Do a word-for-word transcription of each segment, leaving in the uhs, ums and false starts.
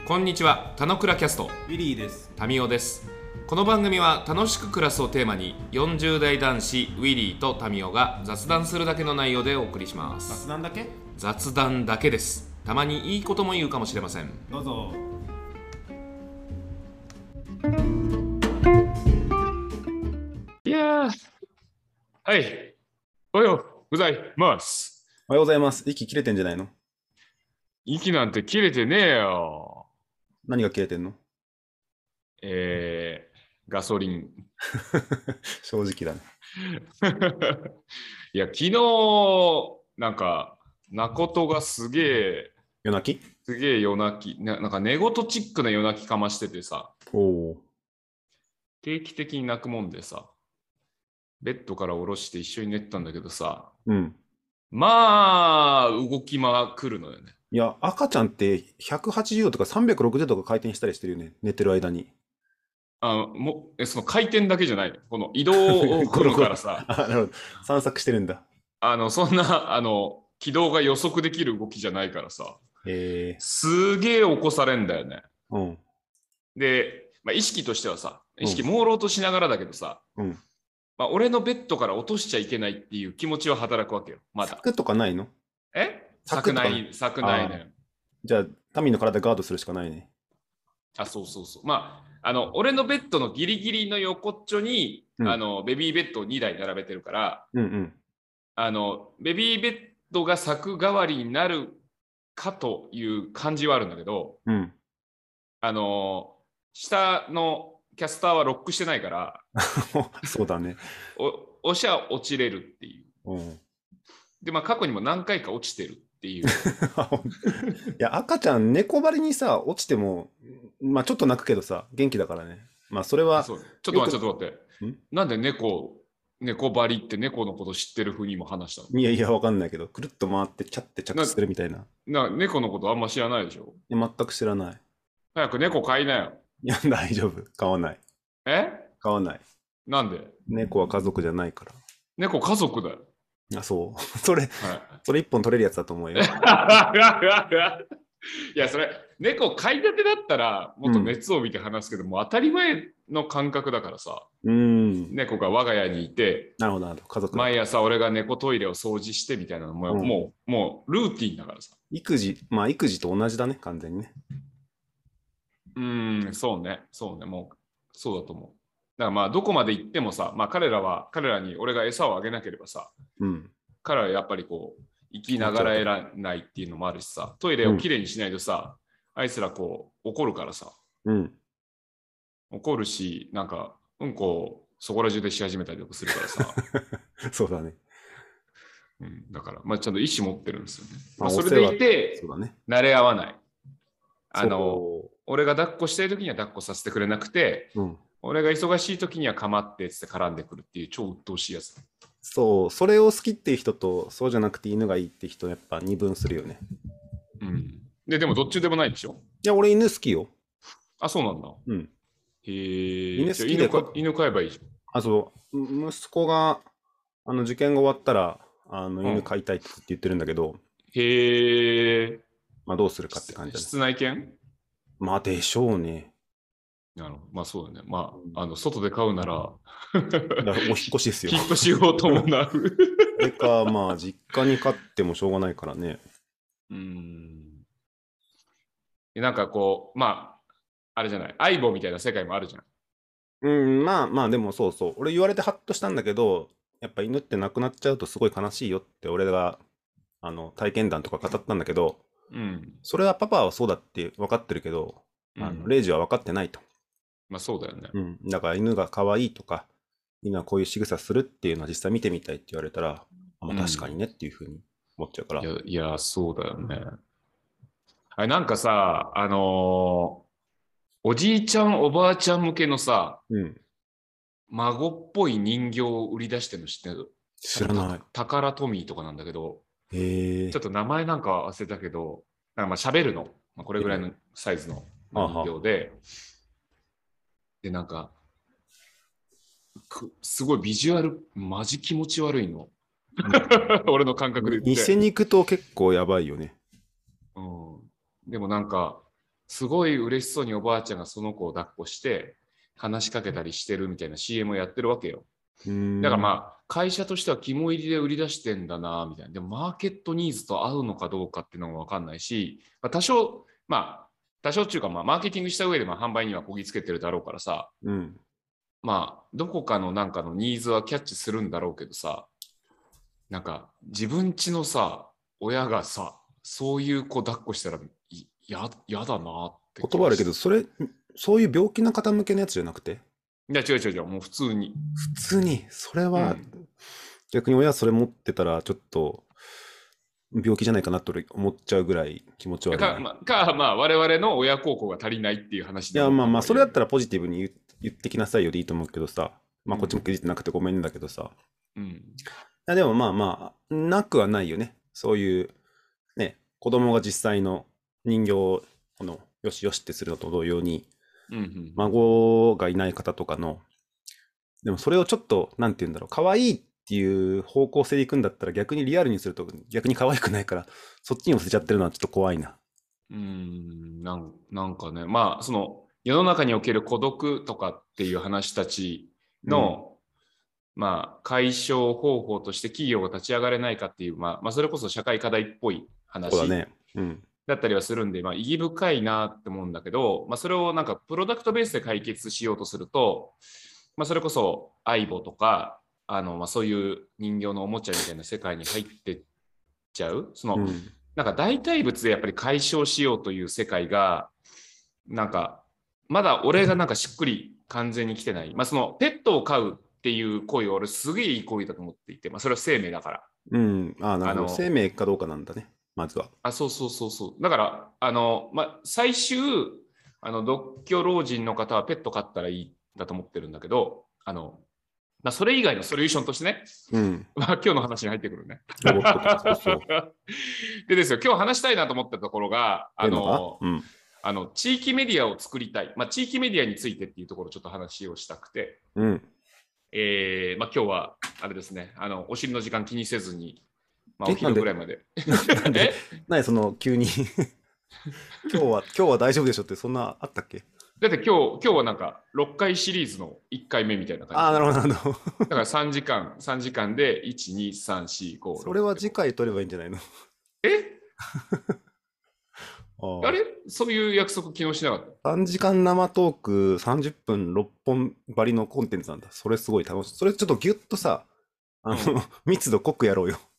こんにちは、たのくらキャストウィリーです。 タミオです。この番組は楽しく暮らすをテーマによんじゅう代男子ウィリーとタミオが雑談するだけの内容でお送りします。 雑談だけ？ 雑談だけです。たまにいいことも言うかもしれません。 どうぞ。 いやー、はい、おはようございます。 おはようございます。息切れてんじゃないの？ 息なんて切れてねえよ。 何が切れてんの？ えー、ガソリン。 正直だね。 いや、昨日、なんか、なことがすげえ、 夜泣き？ すげえ夜泣きな、なんか寝言チックな夜泣きかましててさ、 おお。 定期的に泣くもんでさ、ベッドから下ろして一緒に寝てたんだけどさ、 うん。 まあ、動きまくるのよね。 いや、赤ちゃんってひゃくはちじゅうどとかさんびゃくろくじゅうどとか回転したりしてるよね。寝てる間に。 あもえその回転だけじゃない。この移動を組むからさ、 あ、なるほど。散策してるんだ。 あの、そんな、あの、軌道が予測できる動きじゃないからさ、 へえ。 すげえ起こされんだよね。 うん。 で、まあ、意識としてはさ、意識うん朦朧としながらだけどさ、 うん。 まあ、俺のベッドから落としちゃいけないっていう気持ちは働くわけよ、まだ。 柵とかないの？ え柵とか柵ない、柵ないね。 じゃあ、民の体ガードするしかないね。 あ、そうそうそう。まあ、あの、俺のベッドのギリギリの横っちょに、 うん、 あの、ベビーベッドをにだい並べてるから、 うんうんあの、ベビーベッドが柵代わりになるかという感じはあるんだけど、 うん。 あの、下のキャスターはロックしてないから、 そうだね。 お、押しゃ落ちれるっていう。 うん。 で、まあ、過去にも何回か落ちてるっていう。 いや、赤ちゃん猫張りにさ、落ちても、まあちょっと泣くけどさ、元気だからね。まあそれは、 そうちょっと待って、ちょっと待って。 んなんで猫、猫張りって猫のこと知ってるふうにも話したの？ いやいや、わかんないけど、くるっと回ってチャって着地するみたいな。 な、猫のことあんま知らないでしょ？ いや全く知らない。 早く猫飼いなよ。 いや、大丈夫。買わない。 え買わない。 なんで？ 猫は家族じゃないから。 猫家族だよ。 あ、そう。それ、 はい。 それ一本取れるやつだと思うよ。 いや、それ、猫飼い立てだったら、もっと熱を見て話すけど、うん、もう当たり前の感覚だからさ、 うん。 猫が我が家にいて、 なるほど、なるほど。家族だ。 毎朝俺が猫トイレを掃除してみたいなのも、うん、もう、もうルーティンだからさ。 育児、まあ育児と同じだね、完全にね。 うーん、そうね、そうね、もう、そうだと思う。だからまあ、どこまで行ってもさ、まあ彼らは、彼らに俺が餌をあげなければさ、 うん。 彼らはやっぱりこう、生きながらえらないっていうのもあるしさ、トイレをきれいにしないとさ、うん、あいつらこう、怒るからさ、 うん。 怒るし、なんか、うんこをそこら中でし始めたりとかするからさ。 そうだね。 うん、だから、まあちゃんと意思持ってるんですよね。まあ、 まあ、 それでいて、 そうだね、 慣れ合わない。あの、俺が抱っこしたい時には抱っこさせてくれなくて、うん、俺が忙しい時にはかまってって絡んでくるっていう超鬱陶しいやつ。 そう、それを好きっていう人と、そうじゃなくて犬がいいっていう人、やっぱ二分するよね。 うん。で、でもどっちでもないでしょ？ いや、俺犬好きよ。 あ、そうなんだ。 うん。 へえ。 犬好きで犬、犬飼えばいいじゃん。 あ、そう。息子が、あの、受験が終わったら、あの、犬飼いたいって言ってるんだけど。うん、 へえ。 まあ、どうするかって感じだね。 室内犬？ まあ、でしょうね。 なるほど。まあそうだね。まあ、あの、外で飼うなら、 だお引越しですよ。 引っ越しを伴う。 それか、まあ、実家に飼ってもしょうがないからね。 うん。なんかこう、まあ、あれじゃない。相棒みたいな世界もあるじゃん。 うん、まあまあ、でもそうそう。俺言われてハッとしたんだけど、やっぱ犬って亡くなっちゃうとすごい悲しいよって俺が、あの、体験談とか語ったんだけど、 うん。 それはパパはそうだって分かってるけど、うん、あのレイジは分かってないと。 まあそうだよね。 うん。だから犬が可愛いとか、犬はこういう仕草するっていうのは実際見てみたいって言われたら、あまあ、確かにねっていうふうに思っちゃうから。 いや、いやそうだよね。あれなんかさ、あのー、おじいちゃんおばあちゃん向けのさ、うん、孫っぽい人形を売り出してるの知ってる？ 知らない。 タカラトミーとかなんだけど、 へちょっと名前なんか忘れたけど、なんかまあ喋るの、まあ、これぐらいのサイズの人形で、で、なんか、すごいビジュアル、マジ気持ち悪いの。俺の感覚で言って。 店に行くと結構やばいよね。 うん、でもなんか、 すごい嬉しそうにおばあちゃんがその子を抱っこして話しかけたりしてるみたいな シーエム をやってるわけよ。だからまあ会社としては肝入りで売り出してんだなみたいな。でもマーケットニーズと合うのかどうかっていうのが分かんないし、まあ、多少まあ多少っていうかまあマーケティングした上でまあ販売にはこぎつけてるだろうからさ、 うん、 まあどこかのなんかのニーズはキャッチするんだろうけどさ、なんか自分家のさ親がさそういう子抱っこしたらややだなって言葉あるけど、それそういう病気の方向けのやつじゃなくて、 いや違う違う違う、もう普通に普通にそれは、 うん、 逆に親それ持ってたらちょっと病気じゃないかなと思っちゃうぐらい気持ち悪い、ね。 か、まあ、かまあ我々の親孝行が足りないっていう話いやまあまあそれだったらポジティブに 言, 言ってきなさいよでいいと思うけどさ、まあこっちも気づいてなくてごめんだけどさ、 うん、いやでもまあまあなくはないよね。そういうね、子供が実際の人形をこのよしよしってするのと同様に、 うんうん、 孫がいない方とかの、でもそれをちょっとなんて言うんだろう、可愛いっていう方向性でいくんだったら逆にリアルにすると逆に可愛くないから、そっちに寄せちゃってるのはちょっと怖いな。 うん、なんなんかね、まあその世の中における孤独とかっていう話たちの、うん、まあ解消方法として企業が立ち上がれないかっていう、まあ、まあそれこそ社会課題っぽい話そうだね、うん、 だったりはするんで、まあ意義深いなって思うんだけど、まあそれをなんかプロダクトベースで解決しようとすると、まあそれこそ相棒とかあのまあそういう人形のおもちゃみたいな世界に入ってっちゃう、その、うん、なんか代替物でやっぱり解消しようという世界がなんかまだ俺がなんかしっくり完全に来てない。まあそのペットを飼うっていう行為は俺すげえいい行為だと思っていて、まあそれは生命だから。 うん、ああなるほど、生命かどうかなんだね、まずは。 あ、そうそうそうそう。だからあのまあ最終あの独居老人の方はペット飼ったらいいだと思ってるんだけど、あのまあ、それ以外のソリューションとしてね、うんまあ、今日の話に入ってくるね。そうそうでですよ、今日話したいなと思ったところが、あの、うん、あの地域メディアを作りたい、まあ、地域メディアについてっていうところをちょっと話をしたくて、うんえーまあ、今日はあれですね、あのお尻の時間気にせずに、まあ、お昼ぐらいまで。 なんで何その急に今日は今日は大丈夫でしょってそんなあったっけ？ だって今日、今日はなんかろっかいシリーズのいっかいめみたいな感じ。 ああ、なるほど、なるほど。 だからさんじかん、さんじかんでいち、に、さん、し、ご、ろく。 それは次回取ればいいんじゃないの？ えあ, あれそういう約束昨日しなかった？ さんじかん生トークさんじゅっぷんろっぽんばりのコンテンツなんだ。それすごい楽しい。それちょっとギュッとさ、あの、うん、密度濃くやろうよ。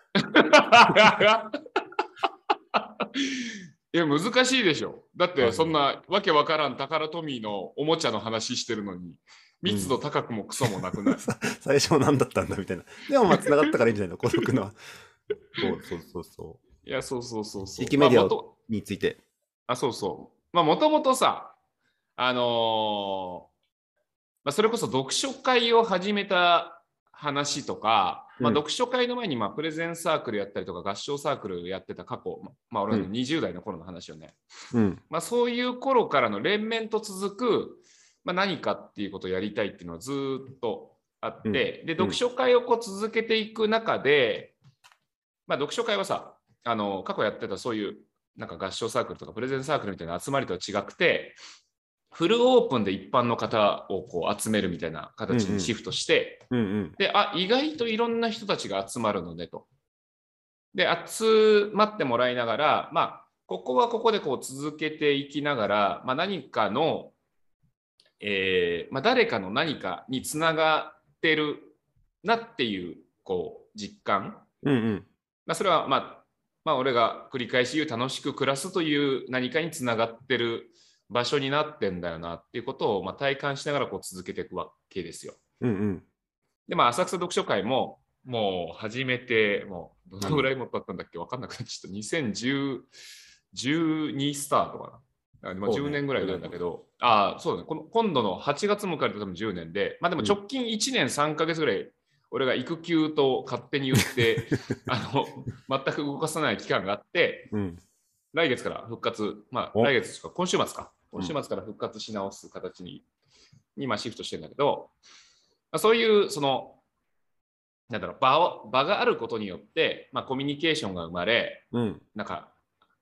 いや難しいでしょ。だってそんなわけわからんタカラトミーのおもちゃの話してるのに密度高くもクソもなくない、うん、 最初は何だったんだみたいな。でもまあ繋がったからいいんじゃないの孤独のは。そうそうそうそう。 いやそうそうそうそう。 地域メディアについて。 まあ、あそうそう。まあもともとさあのーまあ、それこそ読書会を始めた話とか、まあ、読書会の前にまあプレゼンサークルやったりとか合唱サークルやってた過去、まあ、俺のにじゅう代の頃の話よね、うんまあ、そういう頃からの連綿と続く、まあ、何かっていうことをやりたいっていうのはずっとあって、うん、で読書会をこう続けていく中で、まあ、読書会はさあの過去やってたそういうなんか合唱サークルとかプレゼンサークルみたいな集まりとは違くてフルオープンで一般の方をこう集めるみたいな形にシフトして、うんうんうんうん、で、あ、意外といろんな人たちが集まるのでと。で、集まってもらいながら、まあ、ここはここでこう続けていきながら、まあ、何かの、えーまあ、誰かの何かにつながってるなっていう、こう、実感。うんうんまあ、それは、まあ、まあ、俺が繰り返し言う楽しく暮らすという何かにつながってる場所になってんだよなっていうことをまあ体感しながらこう続けていくわけですよ。うんうん、でまあ浅草読書会ももう始めてもうどのぐらいも経ったんだっけ分かんなくなっちゃったにせんじゅう、じゅうにスタートかな。まあ、じゅうねんぐらいなんだけど、ね、ああそうねこの今度のはちがつ迎えると多分じゅうねんで、まあでも直近いちねんさんかげつぐらい俺が育休と勝手に言ってあの全く動かさない期間があって、うん、来月から復活まあ来月とか今週末か。今週末から復活し直す形に今シフトしてるんだけど、そういうそのなんだろう 場を場があることによって、まあ、コミュニケーションが生まれ、うん、なんか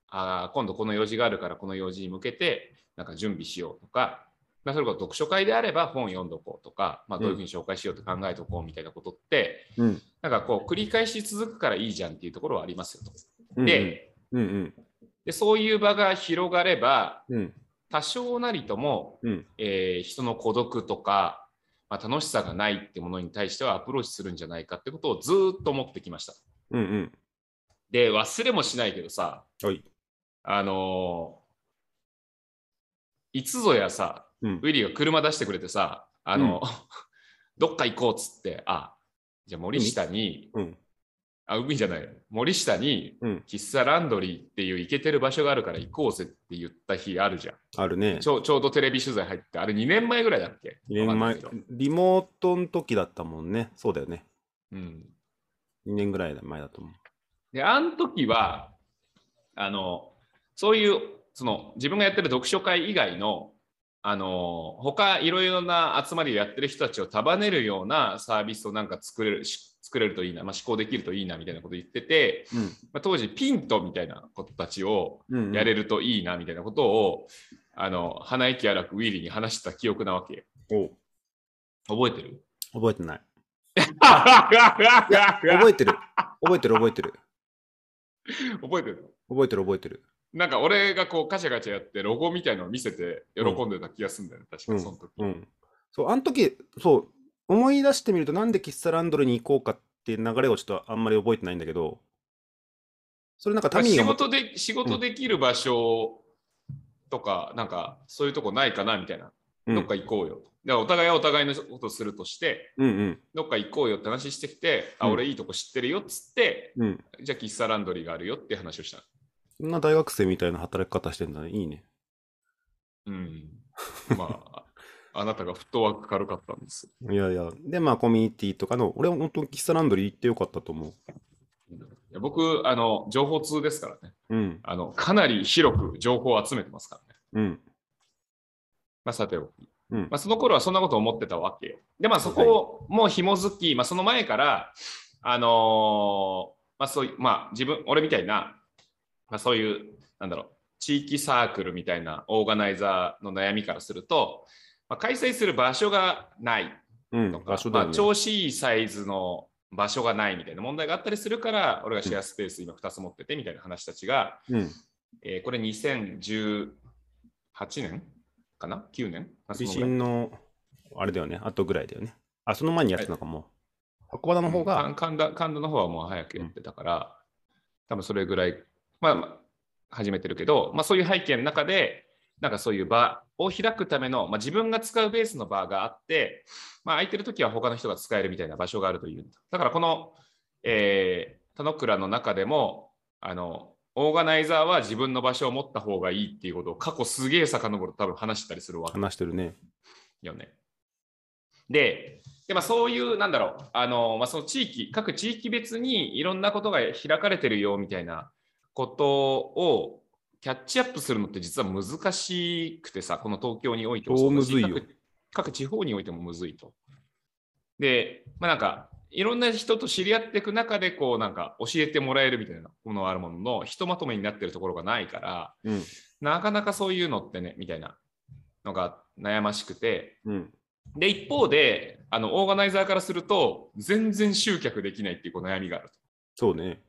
あ今度この用事があるからこの用事に向けてなんか準備しようとか、まあ、それこそ読書会であれば本読んどこうとか、まあ、どういうふうに紹介しようと考えておこうみたいなことって、うん、なんかこう繰り返し続くからいいじゃんっていうところはありますよと。で、うんうん、でそういう場が広がれば、うん、多少なりとも、うんえー、人の孤独とか、まあ、楽しさがないってものに対してはアプローチするんじゃないかってことをずっと思ってきました。うんうん、で忘れもしないけどさ、はい、あのーいつぞやさ、うん、ウィリーが車出してくれてさ、あの、うん、どっか行こうっつって、あ、じゃあ森下に、うん、あ、海じゃない、森下に、喫茶ランドリーっていうイケてる場所があるから行こうぜって言った日あるじゃん。 あるね。 ちょ、ちょうどテレビ取材入って、あれにねんまえぐらいだっけ？ にねんまえ、リモートの時だったもんね。そうだよね。うん。にねんぐらい前だと思う。 で、あの時は、あの、そういう、その自分がやってる読書会以外の、あの他いろいろな集まりをやってる人たちを束ねるようなサービスをなんか作れる作れるといいな、まあ、思考できるといいなみたいなことを言ってて、うんまあ、当時ピントみたいなことたちをやれるといいなみたいなことを、うんうん、あの鼻息荒くウィリーに話した記憶なわけ。お覚えてる？ 覚えてない。いや覚えてる覚えてる覚えてる覚えてる覚えてる覚えてる。 なんか俺がこうカチャカチャやってロゴみたいなのを見せて喜んでた気がするんだよね、うん、確かその時、うんうん、 そうあの時そう思い出してみるとなんで喫茶ランドリーに行こうかっていう流れをちょっとあんまり覚えてないんだけど、それなんかタミーが仕事で仕事できる場所とか、うん、なんかそういうとこないかなみたいな、うん、どっか行こうよ、だからお互いはお互いのことをするとして、うんうん、どっか行こうよって話してきて、うん、あ俺いいとこ知ってるよっつって、うん、じゃあ喫茶ランドリーがあるよって話をした。 そんな大学生みたいな働き方してんだね。いいね。 うん。まあ、あなたがフットワーク軽かったんです。 いやいや、で、まあ、コミュニティとかの、俺は本当、喫茶ランドリー行ってよかったと思う。 いや僕、あの、情報通ですからね。うん。あの、かなり広く情報を集めてますからね。うん。まあ、さておき。うん、まあ、その頃はそんなこと思ってたわけよ。で、まあ、そこも紐づき、まあ、その前から、あのー、まあ、そういう、まあ、自分、俺みたいな、まあ、そういう、なんだろう、地域サークルみたいなオーガナイザーの悩みからすると、まあ、開催する場所がないとか、うんね、まあ、調子いいサイズの場所がないみたいな問題があったりするから、俺がシェアスペース今ふたつ持っててみたいな話たちが、うんえー、これにせんじゅうはちねんかな ?きゅうねん、まあ、 地震のあれだよね、あとぐらいだよね。あ、その前にやってたのかも。箱場の方が、 うん、神田、神田の方はもう早くやってたから、うん、多分それぐらい、まあ、始めてるけど、まあ、そういう背景の中で、なんかそういう場を開くための、まあ、自分が使うベースの場があって、まあ、空いてるときは他の人が使えるみたいな場所があるという。だからこの、えー、田之倉の中でも、あの、オーガナイザーは自分の場所を持った方がいいっていうことを過去すげえ遡ると多分話したりするわけ。 話してるね。 よね。で、でまあ、そういう、なんだろう、あの、まあ、その地域、各地域別にいろんなことが開かれてるよみたいなことをキャッチアップするのって実は難しくてさ、この東京においてもそうだし、各, 各地方においてもむずいと。で、まあなんか、いろんな人と知り合っていく中で、こうなんか教えてもらえるみたいなものがあるものの、ひとまとめになってるところがないから、うん、なかなかそういうのってね、みたいなのが悩ましくて、うん、で、一方で、あの、オーガナイザーからすると、全然集客できないっていうこう悩みがある。 そうね。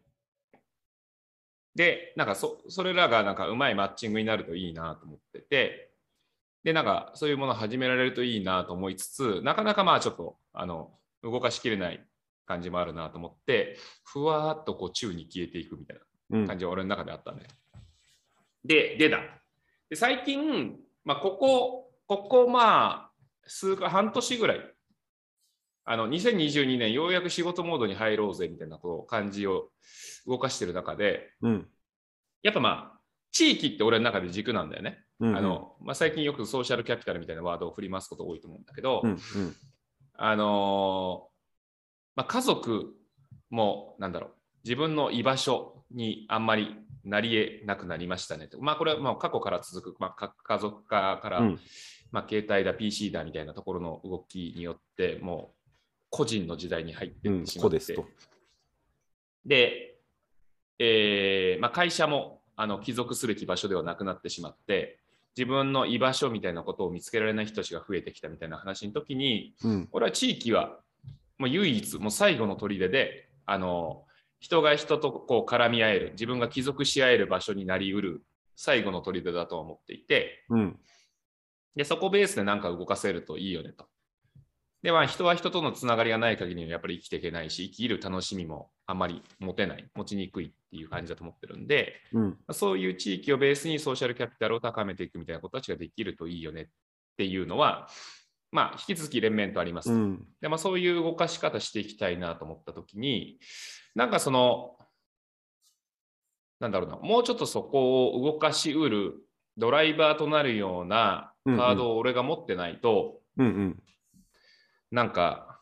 で、なんかそ、それらがなんかうまいマッチングになるといいなと思ってて、で、なんかそういうものを始められるといいなと思いつつ、なかなかまあちょっと、あの、動かしきれない感じもあるなと思って、ふわーっとこう宙に消えていくみたいな感じが俺の中であったね。うん、で、でだ。で、最近、まあここ、ここまあ、数か半年ぐらい、あの、にせんにじゅうにねんようやく仕事モードに入ろうぜみたいなこう感じを動かしてる中で、うん、やっぱまあ、地域って俺の中で軸なんだよね。うんうん、あのまあ、最近よくソーシャルキャピタルみたいなワードを振り回すこと多いと思うんだけど、うんうん、あのまあ、家族もなんだろう、自分の居場所にあんまりなり得なくなりましたねと。まあ、これはまあ過去から続く、まあ、家族化から、うんまあ、携帯だ ピーシー だみたいなところの動きによってもう個人の時代に入っていってしまって、うん、で、えーまあ、会社もあの帰属するべき場所ではなくなってしまって、自分の居場所みたいなことを見つけられない人たちが増えてきたみたいな話の時に、うん、俺は地域はもう唯一、もう最後の砦で、あの人が人とこう絡み合える、自分が帰属し合える場所になりうる最後の砦だと思っていて、うん、でそこベースで何か動かせるといいよねと。で、まあ、人は人とのつながりがない限りはやっぱり生きていけないし、生きる楽しみもあまり持てない、持ちにくいっていう感じだと思ってるんで、うん、そういう地域をベースにソーシャルキャピタルを高めていくみたいなことたちができるといいよねっていうのは、まあ、引き続き連綿とあります、うん、で、まあ、そういう動かし方していきたいなと思ったときに、なんかその、なんだろうな、もうちょっとそこを動かしうるドライバーとなるようなカードを俺が持ってないと、うんうん、なんか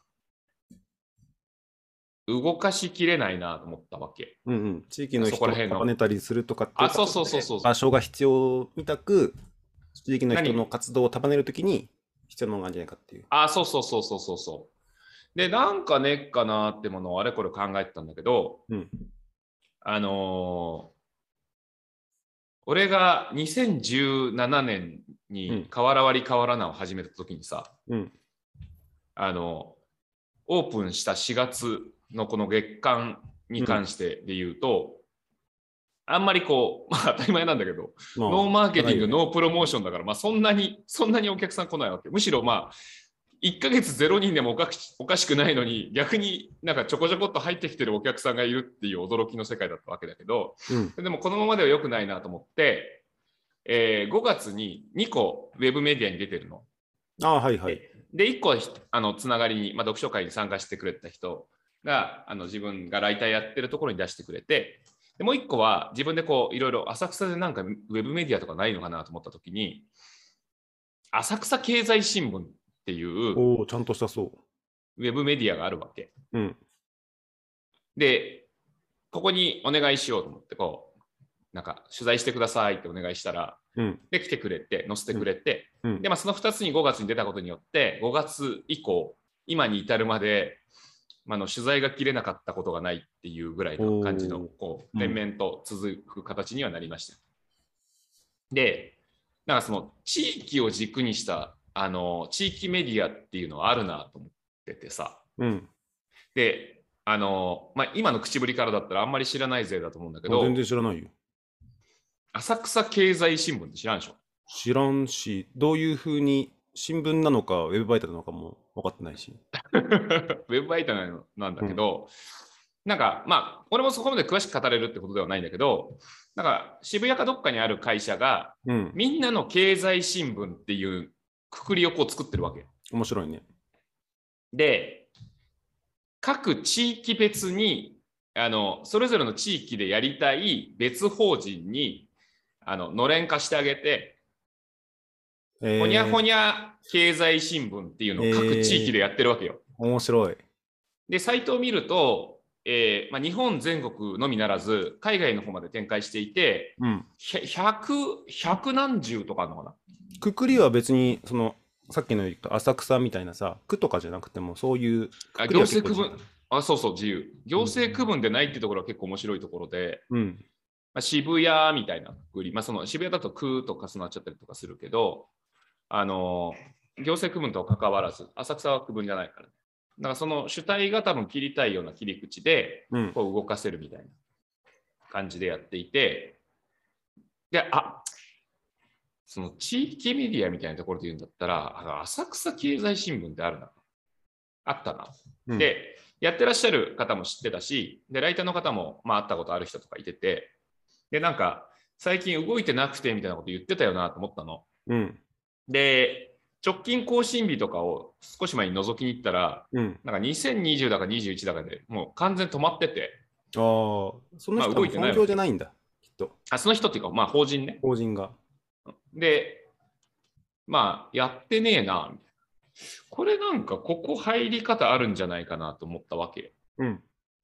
動かしきれないなと思ったわけ。 うんうん、地域の人を束ねたりするとかっていうことで場所が必要みたく、地域の人の活動を束ねるときに必要なものがあるんじゃないかっていう。 あ、そうそうそうそうそうそう。で、なんかねっかなってものをあれこれ考えてたんだけど、うん、あのー、俺がにせんじゅうななねんに「瓦割り瓦名」を始めた時にさ、うん、あのオープンしたしがつのこの月間に関してで言うと、うん、あんまりこう、まあ当たり前なんだけど、まあ、ノーマーケティング、ね、ノープロモーションだから、まあそんなに、そんなにお客さん来ないわけ。むしろまあ、いっかげつゼロにんでもおかしおかしくないのに、逆になんかちょこちょこっと入ってきてるお客さんがいるっていう驚きの世界だったわけだけど、うん、でもこのままでは良くないなと思って、えー、ごがつににこウェブメディアに出てるの。 ああ、はいはい。 で、いっこはあのつながりに、まあ、読書会に参加してくれた人があの自分がライターやってるところに出してくれて、でもういっこは自分でこういろいろ浅草でなんかウェブメディアとかないのかなと思ったときに、浅草経済新聞っていうおちゃんとしたそうウェブメディアがあるわけ。うん、で、ここにお願いしようと思ってこうなんか取材してくださいってお願いしたら、うん、で来てくれて載せてくれて、うんうん、でまあ、そのふたつにごがつに出たことによってごがつ以降今に至るまで、まあ、の取材が切れなかったことがないっていうぐらいの感じのこう連綿と続く形にはなりました。うん、でなんかその地域を軸にしたあの地域メディアっていうのはあるなと思っててさ、うん、であの、まあ、今の口ぶりからだったらあんまり知らない勢だと思うんだけど、 全然知らないよ。 浅草経済新聞って知らんでしょ？ 知らんし、どういうふうに新聞なのかウェブ媒体なのかも分かってないし。 ウェブ媒体なんだけど、うん、なんかまあ俺もそこまで詳しく語れるってことではないんだけど、なんか渋谷かどっかにある会社が、うん、みんなの経済新聞っていうくくりをこう作ってるわけ。 面白いね。 で、各地域別にあのそれぞれの地域でやりたい別法人にあののれん化してあげて、えー、ほにゃほにゃ経済新聞っていうのを各地域でやってるわけよ。 えー、面白い。 で、サイトを見ると、えーまあ、日本全国のみならず海外の方まで展開していて、うん、ひゃく、百何十とかあるのかな。 くくりは別にそのさっきの言った浅草みたいなさ、区とかじゃなくてもそういうあ行政区分、あ、そうそう、自由。行政区分でないっていうところは結構面白いところで、うん、まあ、渋谷みたいなくくり、まあ、その渋谷だと区とか重なっちゃったりとかするけど、あの行政区分とは関わらず、浅草は区分じゃないから、ね、だからその主体が多分切りたいような切り口でこう動かせるみたいな感じでやっていて、で、あ、その地域メディアみたいなところで言うんだったら、浅草経済新聞ってあるな。あったな。うん、で、やってらっしゃる方も知ってたし、で、ライターの方も、まあ、会ったことある人とかいてて、で、なんか、最近動いてなくてみたいなこと言ってたよなと思ったの。うん、で、直近更新日とかを少し前に覗きに行ったら、うん、なんかにせんにじゅうだかにじゅういちだかでもう完全止まってて。 ああ、その人は本業じゃないんだ、きっと。 あ、その人っていうか、まあ法人ね。 法人が。 で、まあ、やってねえな、みたいな。これなんか、ここ入り方あるんじゃないかなと思ったわけ。うん。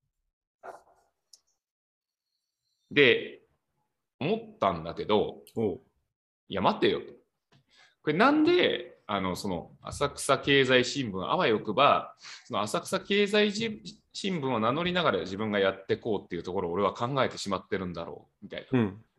で、思ったんだけど、いや、待てよと。これなんで、あの、その、浅草経済新聞、あわよくば、その浅草経済新聞を名乗りながら自分がやっていこうっていうところを俺は考えてしまってるんだろう、みたいな。うん、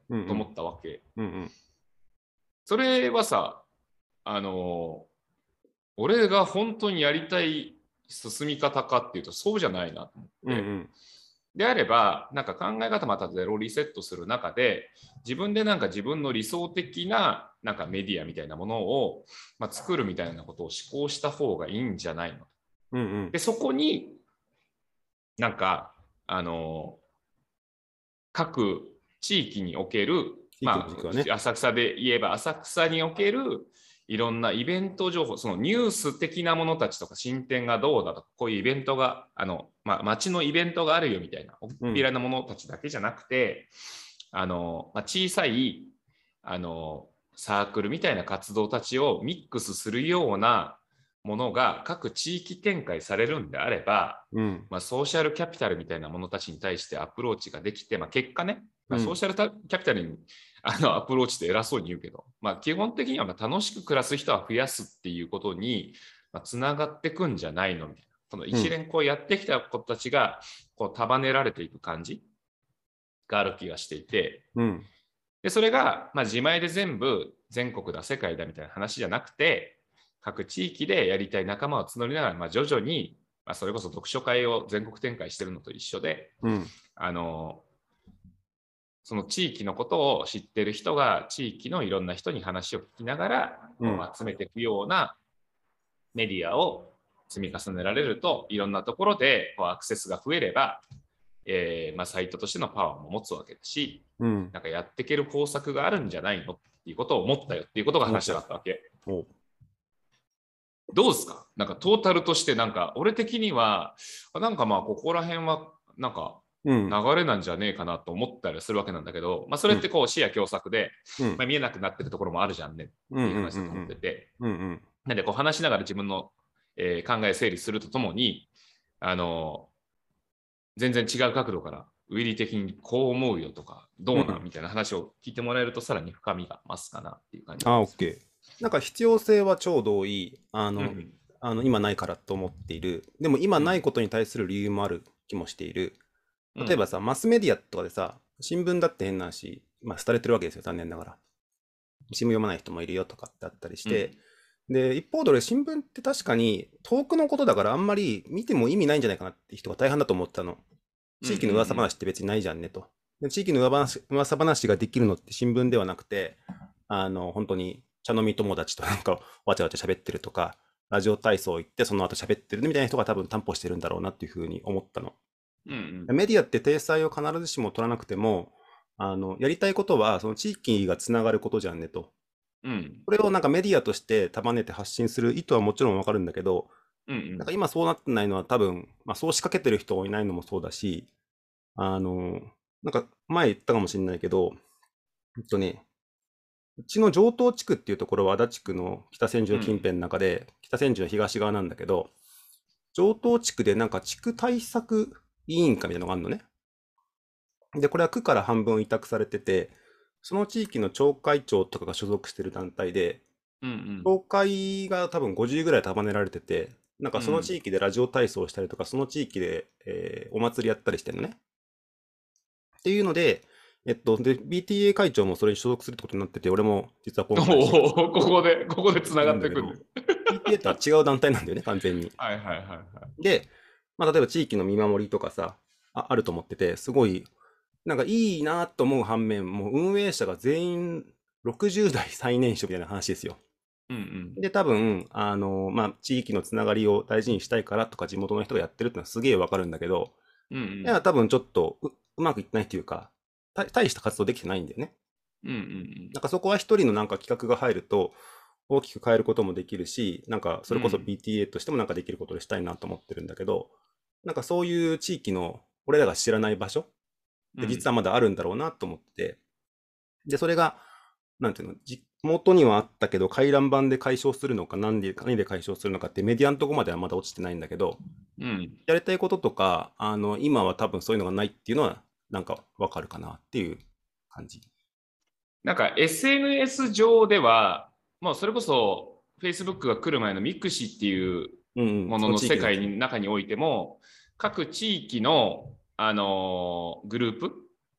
と思ったわけ。 うんうん、 それはさ、あの俺が本当にやりたい進み方かっていうとそうじゃないなと思って、うんうん、であればなんか考え方またゼロリセットする中で自分でなんか自分の理想的ななんかメディアみたいなものを、まあ、作るみたいなことを思考した方がいいんじゃないの、 うんうん、 でそこになんかあの各地域における、まあ、ね、浅草で言えば浅草におけるいろんなイベント情報、そのニュース的なものたちとか進展がどうだとか、こういうイベントが、あの、まあ、街のイベントがあるよみたいな、おっぴらなものたちだけじゃなくて、うん、あの、まあ、小さい、あの、サークルみたいな活動たちをミックスするようなものが各地域展開されるんであれば、うん、まあ、ソーシャルキャピタルみたいなものたちに対してアプローチができて、まあ、結果ね、まあ、ソーシャルキャピタルにあのアプローチって偉そうに言うけど、まあ、基本的にはまあ楽しく暮らす人は増やすっていうことにつながってくんじゃないのみたいな、その一連こうやってきた子たちがこう束ねられていく感じがある気がしていて、うん、でそれがまあ自前で全部全国だ世界だみたいな話じゃなくて、各地域でやりたい仲間を募りながら、まあ、徐々に、まあ、それこそ読書会を全国展開してるのと一緒で、うん、あのその地域のことを知ってる人が地域のいろんな人に話を聞きながら、うん、集めていくようなメディアを積み重ねられると、いろんなところでこうアクセスが増えれば、えーまあ、サイトとしてのパワーも持つわけだし、うん、なんかやっていける方策があるんじゃないのっていうことを思ったよっていうことが話したかったわけ。どうですか？なんかトータルとしてなんか俺的にはなんかまあここら辺はなんか流れなんじゃねえかなと思ったりするわけなんだけど、まあ、それってこう視野狭窄で、うんまあ、見えなくなってるところもあるじゃんねっていう話だと思ってて、なんでこう話しながら自分の、えー、考え整理するとともに、あの全然違う角度からウィリー的にこう思うよとかどうなんみたいな話を聞いてもらえるとさらに深みが増すかなっていう感じです。 あ、オッケー。なんか必要性は超同意。あの、うん、あの今ないからと思っている。でも今ないことに対する理由もある気もしている。例えばさ、うん、マスメディアとかでさ、新聞だって変な話、まあ、廃れてるわけですよ、残念ながら。新聞読まない人もいるよとかってあったりして、うん、で、一方で俺、新聞って確かに遠くのことだからあんまり見ても意味ないんじゃないかなって人が大半だと思ったの。地域の噂話って別にないじゃんねと。で地域の噂話ができるのって新聞ではなくて、あの、本当に茶飲み友達となんかわちゃわちゃ喋ってるとか、ラジオ体操行ってその後喋ってるみたいな人が多分担保してるんだろうなっていうふうに思ったの。うんうん、メディアって体裁を必ずしも取らなくても、あの、やりたいことはその地域がつながることじゃんねと。うん、これをなんかメディアとして束ねて発信する意図はもちろんわかるんだけど、うんうん、なんか今そうなってないのは多分、まあそう仕掛けてる人いないのもそうだし、あの、なんか前言ったかもしれないけど、えっとね、うちの城東地区っていうところは足立区の北千住近辺の中で、うん、北千住の東側なんだけど、城東地区でなんか地区対策委員会みたいなのがあるのね。で、これは区から半分委託されてて、その地域の町会長とかが所属してる団体で、うんうん、町会が多分ごじゅうぐらい束ねられてて、なんかその地域でラジオ体操したりとか、うん、その地域で、えー、お祭りやったりしてるのね。っていうので、えっと、で、ビーティーエー 会長もそれに所属するってことになってて、俺も実は今回。 おお、ここで、ここで繋がってくる。 ビーティーエー とは違う団体なんだよね、完全に。 はいはいはいはい。 で、まあ、例えば地域の見守りとかさ、あ, あると思ってて、すごい、なんかいいなと思う反面、もう運営者が全員ろくじゅう代最年少みたいな話ですよ。うんうん、で、多分、あの、まあ、地域のつながりを大事にしたいからとか、地元の人がやってるってのはすげえわかるんだけど、うんうん、いや、多分ちょっとう、うまくいってないっていうか、大した活動できてないんだよね。うんうんうん、なんかそこは一人のなんか企画が入ると、大きく変えることもできるし、なんかそれこそ ビーティーエー としてもなんかできることでしたいなと思ってるんだけど、なんかそういう地域の俺らが知らない場所って実はまだあるんだろうなと思って、うん、で、それが、なんていうの、地元にはあったけど、回覧板で解消するのか、何で、何で解消するのかってメディアのとこまではまだ落ちてないんだけど、うん、やりたいこととか、あの、今は多分そういうのがないっていうのは、なんかわかるかなっていう感じ。 なんか エスエヌエス 上では、もうそれこそ Facebook が来る前のミクシーっていうものの世界の中においても、各地域の、あのー、グループ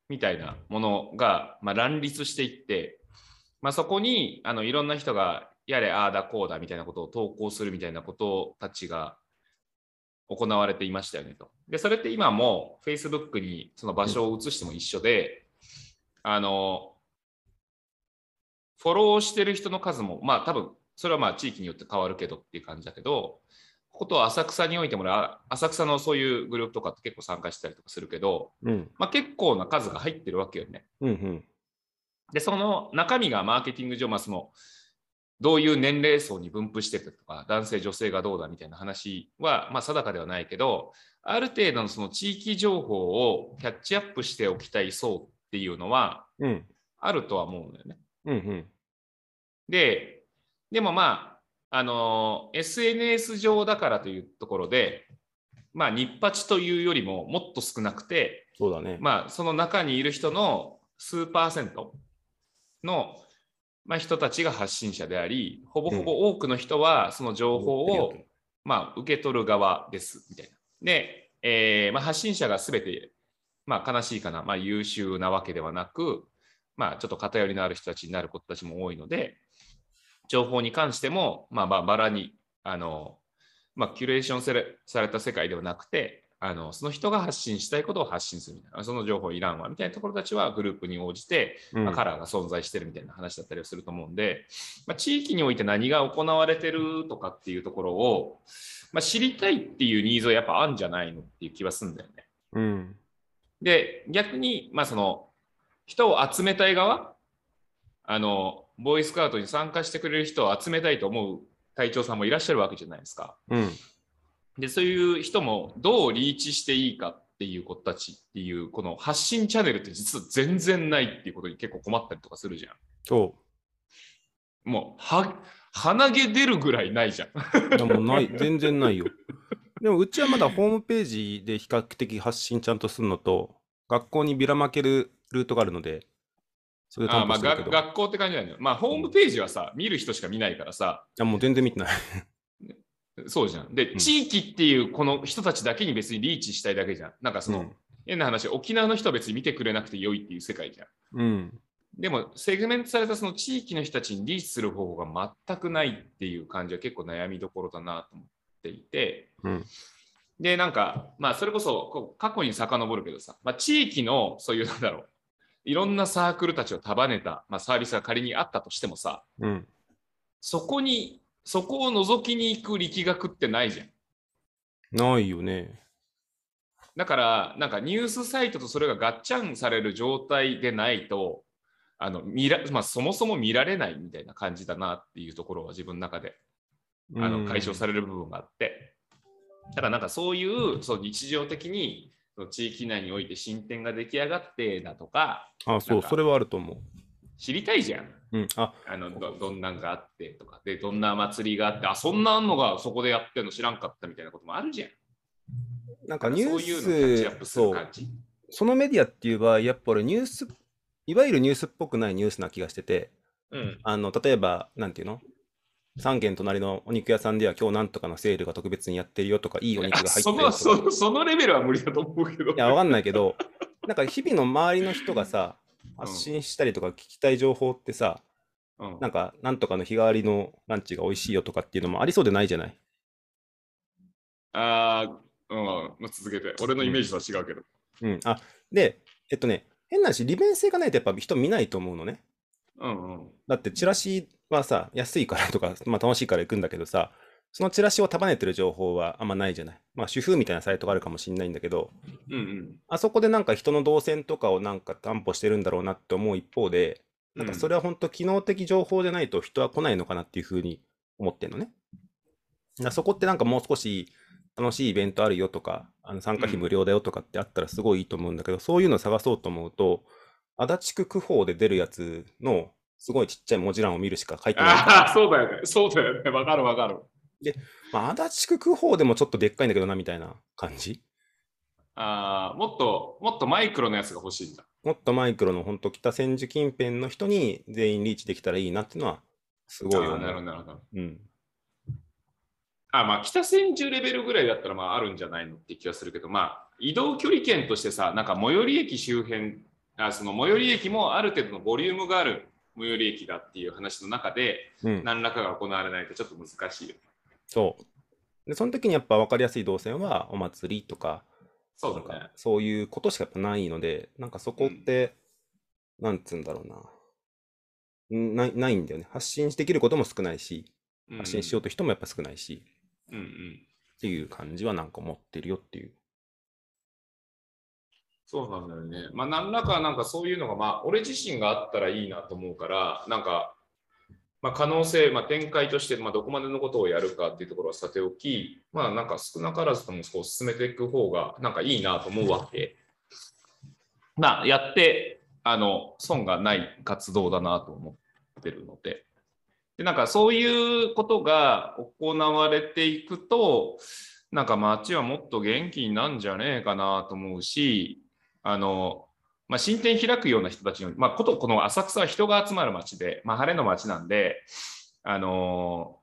みたいなものが、まあ、乱立していって、まあ、そこにあのいろんな人がやれああだこうだみたいなことを投稿するみたいなことたちが行われていましたよねと。でそれって今も Facebook にその場所を移しても一緒で、うん、あのフォローしてる人の数もまあ多分それはまあ地域によって変わるけどっていう感じだけど、ここと浅草においても浅草のそういうグループとかって結構参加したりとかするけど、うん、まあ、結構な数が入ってるわけよね。 うんうん、 でその中身がマーケティング上、まあ、そのどういう年齢層に分布してるとか男性女性がどうだみたいな話は、まあ、定かではないけど、ある程度のその地域情報をキャッチアップしておきたい層っていうのはあるとは思うんだよね。 うんうん、 ででもまああの エスエヌエス 上だからというところで、まあ、ニッパチというよりももっと少なくて、 そうだね、 まあ、その中にいる人の数パーセントの、まあ、人たちが発信者であり、ほぼほぼ多くの人はその情報を、うんまあ、受け取る側ですみたいな。で、えーまあ、発信者が全て、まあ、悲しいかな、まあ、優秀なわけではなく、まあ、ちょっと偏りのある人たちになる子たちも多いので、情報に関しても、まあ、バラにあの、まあ、キュレーションされ、された世界ではなくて、あのその人が発信したいことを発信するみたいな、その情報いらんわみたいなところたちはグループに応じて、うんまあ、カラーが存在してるみたいな話だったりすると思うんで、まあ、地域において何が行われてるとかっていうところを、まあ、知りたいっていうニーズはやっぱあるんじゃないのっていう気はするんだよね。 うん、 で逆に、まあ、その人を集めたい側、あのボーイスカウトに参加してくれる人を集めたいと思う隊長さんもいらっしゃるわけじゃないですか。 うん、 でそういう人もどうリーチしていいかっていう子たちっていうこの発信チャンネルって実は全然ないっていうことに結構困ったりとかするじゃん。 そうもうは鼻毛出るぐらいないじゃん。 いやもうない全然ないよ。でもうちはまだホームページで比較的発信ちゃんとするのと、学校にビラまけるルートがあるので、 それで担保してるけど。あ、まあ、学校って感じなんだよ。まあホームページはさ、うん、見る人しか見ないからさ。 いやもう全然見てない。 そうじゃん。で、うん、地域っていうこの人たちだけに別にリーチしたいだけじゃん。なんかその、うん、変な話、沖縄の人は別に見てくれなくて良いっていう世界じゃん。 うん、 でも、セグメントされたその地域の人たちにリーチする方法が全くないっていう感じは結構悩みどころだなと思っていて、 うん、 で、なんか、まあ、それこそこう過去に遡るけどさ、まあ、地域のそういうなんだろう、いろんなサークルたちを束ねた、まあ、サービスが仮にあったとしてもさ、 うん、 そこに、そこを覗きに行く力学ってないじゃん。 ないよね。 だから、なんかニュースサイトとそれがガッチャンされる状態でないと、あの見らまあ、そもそも見られないみたいな感じだなっていうところは自分の中であの解消される部分があって、だからなんかそういうそう日常的に地域内において進展が出来上がってだとか、 あ、そう、それはあると思う。 知りたいじゃん。 うん、ああの ど, どんなんがあってとかで、どんな祭りがあって、あ、そんなのがそこでやってるの知らんかったみたいなこともあるじゃん。 なんかニュース、 そういうのキャッチアップする感じ。 そのメディアっていう場合、やっぱりニュース、いわゆるニュースっぽくないニュースな気がしてて、 うん、 あの例えば、なんていうのさん軒隣のお肉屋さんでは今日なんとかのセールが特別にやってるよとか、いいお肉が入ってるよとか。 その、そのレベルは無理だと思うけど。 いや、わかんないけど、なんか日々の周りの人がさ、発信したりとか聞きたい情報ってさ、うん、なんかなんとかの日替わりのランチが美味しいよとかっていうのもありそうでないじゃない。 ああ、うん、続けて。俺のイメージとは違うけど。 うん、うん、あ、で、えっとね、変な話、利便性がないとやっぱ人見ないと思うのね。 うんうん、 だってチラシはさ、安いからとか、まあ、楽しいから行くんだけどさ、そのチラシを束ねてる情報はあんまないじゃない。まあ主婦みたいなサイトがあるかもしれないんだけど、 うんうん、 あそこでなんか人の動線とかをなんか担保してるんだろうなって思う一方で、なんかそれは本当機能的情報じゃないと人は来ないのかなっていうふうに思ってんのね。だそこってなんかもう少し楽しいイベントあるよとか、あの参加費無料だよとかってあったらすごいいいと思うんだけど、そういうのを探そうと思うと、足立区区報で出るやつのすごいちっちゃい文字欄を見るしか書いてないから。 ああ、そうだよね。そうだよね。わかるわかる。 で、まあ、足立区区報でもちょっとでっかいんだけどなみたいな感じ。 ああ、もっと、もっとマイクロのやつが欲しいんだ。 もっとマイクロの本当北千住近辺の人に全員リーチできたらいいなっていうのはすごい思う。 ああ、なるほど、なるほど。 うん。 あまあ、北千住レベルぐらいだったらまああるんじゃないのって気がするけど、まあ、移動距離圏としてさ、なんか最寄り駅周辺あその最寄り駅もある程度のボリュームがある最寄り駅だっていう話の中で、うん、何らかが行われないとちょっと難しいよ。 そうでその時にやっぱ分かりやすい動線はお祭りとか、 そうだね、 そういうことしかやっぱないので、なんかそこって、うん、なんつうんだろうなな、ないんだよね。発信できることも少ないし、発信しようという人もやっぱ少ないし、 うんうん、 っていう感じはなんか持ってるよっていう。 そうなんだよね。まあ何らかなんかそういうのがまあ俺自身があったらいいなと思うから、なんかまあ可能性、まあ、展開としてまあどこまでのことをやるかっていうところはさておき、まあなんか少なからずともこう進めていく方がなんかいいなと思うわけ。まあやってあの損がない活動だなと思ってるので。でなんかそういうことが行われていくと、なんか街はもっと元気になんじゃねえかなと思うし、あの、まあ、新店開くような人たちの、まあ、ことこの浅草は人が集まる街で、まあ、晴れの街なんで、あの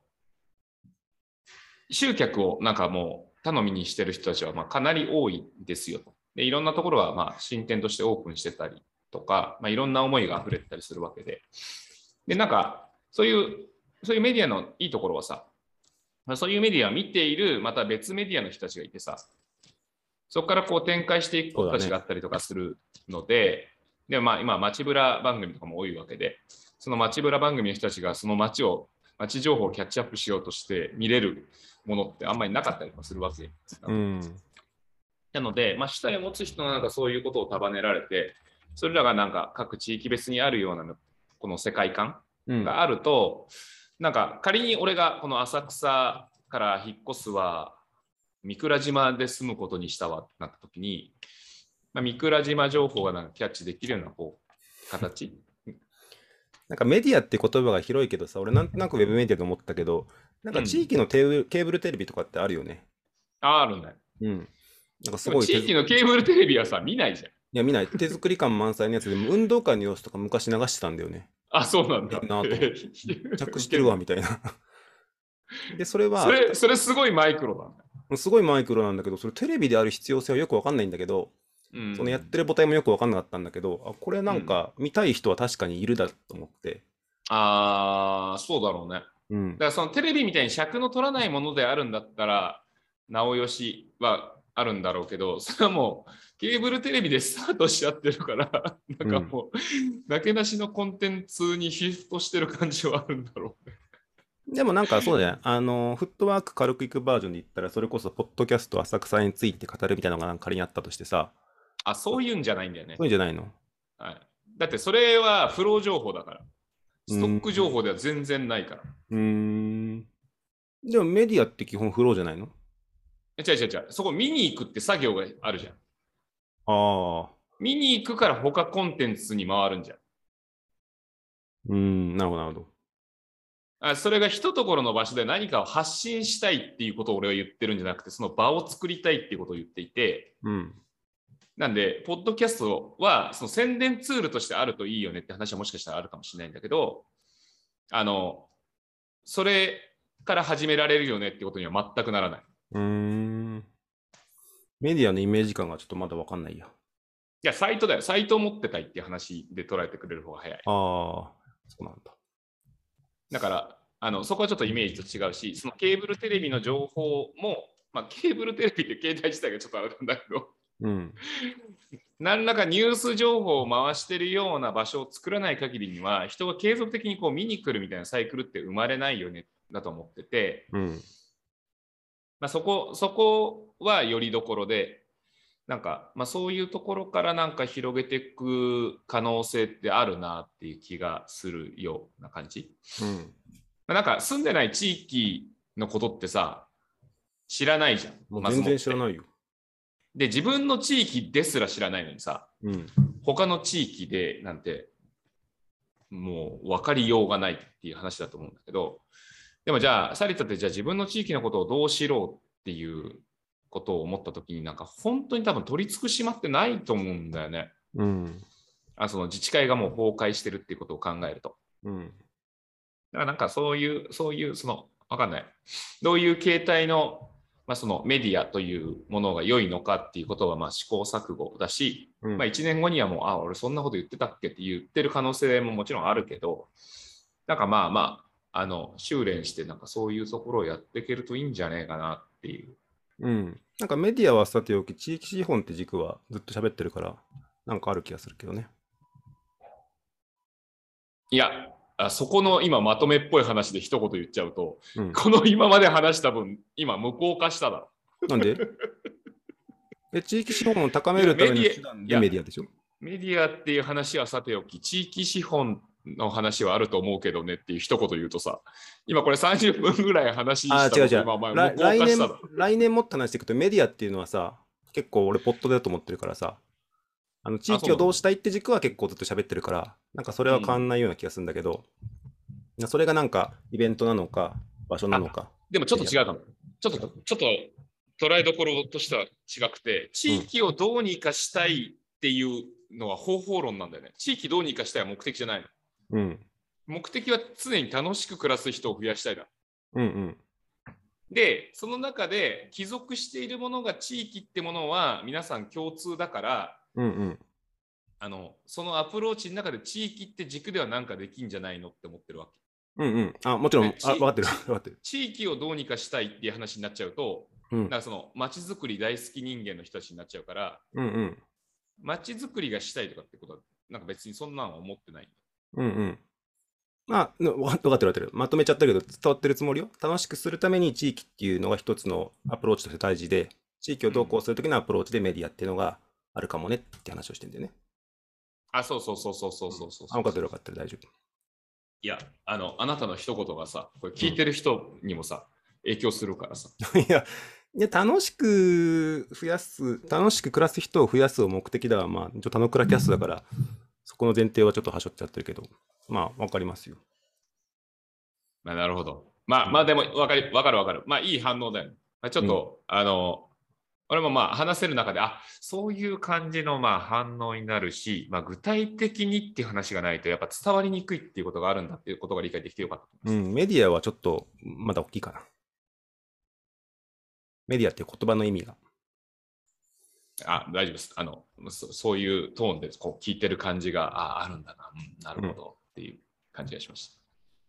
集客をなんかもう頼みにしてる人たちはまあかなり多いんですよ。でいろんなところはまあ新店としてオープンしてたりとか、まあ、いろんな思いが溢れてたりするわけで、でなんかそういうそういうメディアのいいところはさ、そういうメディアを見ているまた別メディアの人たちがいてさ、そこからこう展開していく子たちがあったりとかするので、でまあ今街ブラ番組とかも多いわけで、その街ブラ番組の人たちがその街を街情報をキャッチアップしようとして見れるものってあんまりなかったりとかするわけ、 うん、 なので、まあ、主体を持つ人のなんかそういうことを束ねられて、それらがなんか各地域別にあるようなこの世界観があると、うん、なんか仮に俺がこの浅草から引っ越すわ、三倉島で住むことにしたわってなった時に、まあ、三倉島情報がなんかキャッチできるようなこう形なんかメディアって言葉が広いけどさ、俺なんとなくウェブメディアと思ったけど、なんか地域のテーブル、うん、ケーブルテレビとかってあるよね。 あ、あるんだよ。 うん。なんかすごい地域のケーブルテレビはさ、見ないじゃん。いや、見ない。手作り感満載のやつでも、運動会の様子とか昔流してたんだよね。 あ、そうなんだ。 いいなと思って。着してるわ、みたいな。で、それは。 それ、それすごいマイクロなんだ。すごいマイクロなんだけど、それテレビである必要性はよくわかんないんだけど、うん、そのやってる母体もよくわかんなかったんだけど、あ、これなんか見たい人は確かにいるだと思って。うん、 ああ、そうだろうね。 うん、 だからそのテレビみたいに尺の取らないものであるんだったら、なおよしはあるんだろうけど、それはもうケーブルテレビでスタートしちゃってるから、なんかもう、うん、なけなしのコンテンツにシフトしてる感じはあるんだろうね。 でもなんかそうだよね。あの、フットワーク軽くいくバージョンで言ったら、それこそ、ポッドキャスト浅草について語るみたいなのがなんか仮にあったとしてさ。 あ、そういうんじゃないんだよね。 そういうんじゃないの？ はい。だってそれはフロー情報だから。ストック情報では全然ないから。 うーん。でもメディアって基本フローじゃないの？ 違う違う違う。そこ見に行くって作業があるじゃん。 ああ。 見に行くから他コンテンツに回るんじゃん。 うーん、なるほど、なるほど。 あ、それが一ところの場所で何かを発信したいっていうことを俺は言ってるんじゃなくて、その場を作りたいっていうことを言っていて、 うん、 なんで、ポッドキャストはその宣伝ツールとしてあるといいよねって話はもしかしたらあるかもしれないんだけど、あの、それから始められるよねってことには全くならない。 うーん。メディアのイメージ感がちょっとまだ分かんないや。 いや、サイトだよ。サイトを持ってたいっていう話で捉えてくれる方が早い。 ああ、そうなんだ。 だから、あのそこはちょっとイメージと違うし、そのケーブルテレビの情報も、まあ、ケーブルテレビって携帯自体がちょっとあれなんだけど、 うん、 何らかニュース情報を回してるような場所を作らない限りには、人が継続的にこう見に来るみたいなサイクルって生まれないよねだと思ってて、 うん、 まあ、そこ、そこはよりどころで、なんか、まあ、そういうところからなんか広げていく可能性ってあるなっていう気がするような感じ。 うん、 なんか住んでない地域のことってさ、知らないじゃん。 もう全然知らないよ。 で、自分の地域ですら知らないのにさ、 うん、 他の地域でなんて、もう分かりようがないっていう話だと思うんだけど、でもじゃあ、サリタってじゃあ自分の地域のことをどう知ろうっていうことを思ったときに、なんか本当に多分取り尽くしまってないと思うんだよね。 うん、 あその自治会がもう崩壊してるっていうことを考えると。 うん、 だからなんかそういう、そういう、その、わかんない。どういう形態のまあ、そのメディアというものが良いのかっていうことはまあ試行錯誤だし、うん、まあ、いちねんごにはもう、あ、俺そんなこと言ってたっけって言ってる可能性ももちろんあるけど、なんかまあまあ、あの修練してなんかそういうところをやっていけるといいんじゃねえかなっていう。 うん。なんかメディアはさておき、地域資本って軸はずっと喋ってるから、なんかある気がするけどね。 いや、あそこの今まとめっぽい話で一言言っちゃうと、うん、この今まで話した分、今無効化しただろ。 なんでえ地域資本を高めるための手段でメディアでしょ。 メディアっていう話はさておき、地域資本の話はあると思うけどねっていう一言言うとさ、今これさんじゅっぷんぐらい話したのが今無効化しただろ。来年もっと話していくとメディアっていうのはさ、結構俺ポットだと思ってるからさ、あの地域をどうしたいって軸は結構ずっと喋ってるから、なんかそれは変わんないような気がするんだけど、うん、それがなんかイベントなのか、場所なのか。 でもちょっと違うかも。ちょっと、ちょっと捉えどころとしては違くて、地域をどうにかしたいっていうのは方法論なんだよね。地域どうにかしたいは目的じゃないの。 うん、 目的は常に楽しく暮らす人を増やしたいだ。 うんうん、 で、その中で帰属しているものが地域ってものは皆さん共通だから、 うんうん、 あのそのアプローチの中で地域って軸では何かできんじゃないのって思ってるわけ。 うんうん、あもちろん、あ分かってる分かってる。 地域をどうにかしたいっていう話になっちゃうと、うん、なんかその街づくり大好き人間の人たちになっちゃうから、 うんうん、 街づくりがしたいとかってことは、なんか別にそんなのは思ってない。 うんうん。あ、分かってる分かってる。まとめちゃったけど伝わってるつもりよ。楽しくするために地域っていうのが一つのアプローチとして大事で、地域をどうこうするときのアプローチでメディアっていうのがあるかもねって話をしてんだよね。 あ、そうそうそうそうそうそうそう。 あ、分かってる分かってる、大丈夫。 いや、あの、あなたの一言がさ、これ聞いてる人にもさ、うん、影響するからさ。 いや、いや楽しく増やす、楽しく暮らす人を増やすを目的だわ。まあ、田之倉キャストだから、そこの前提はちょっとはしょっちゃってるけど、まあ、わかりますよ。 まあ、なるほど。まあ、まあ、でも、わかり、わかるわかる。まあ、いい反応だよね。まあ、ちょっと、うん、あの、俺もまあ、話せる中で、あ、そういう感じのまあ反応になるし、まあ、具体的にっていう話がないと、やっぱ伝わりにくいっていうことがあるんだっていうことが理解できてよかったと思います。うん、メディアはちょっと、まだ大きいかな。メディアっていう言葉の意味が。 あ、大丈夫です。あの、そ, そういうトーンでこう聞いてる感じが あ, あるんだな、うん。なるほどっていう感じがしました。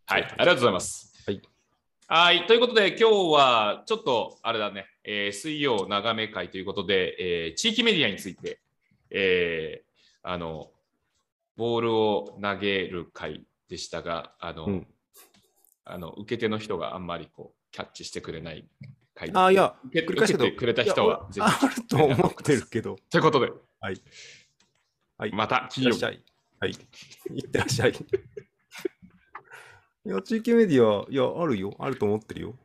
うん、はい、ありがとうございます。 はい。 はい。ということで、今日はちょっと、あれだね、えー、水曜長め会ということで、えー、地域メディアについて、えー、あの、ボールを投げる会でしたが、あの、うん、あの受け手の人があんまりこうキャッチしてくれない会あ、いや、 受け、受けてくれた人はぜひ。あると思ってるけど。 ということで、 はい。 はい、また金曜日。 はい。いってらっしゃい。いや、地域メディア、いや、あるよ。あると思ってるよ。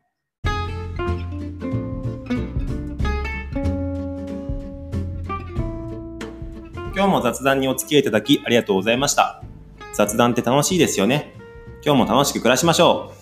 今日も雑談にお付き合いいただきありがとうございました。雑談って楽しいですよね。今日も楽しく暮らしましょう。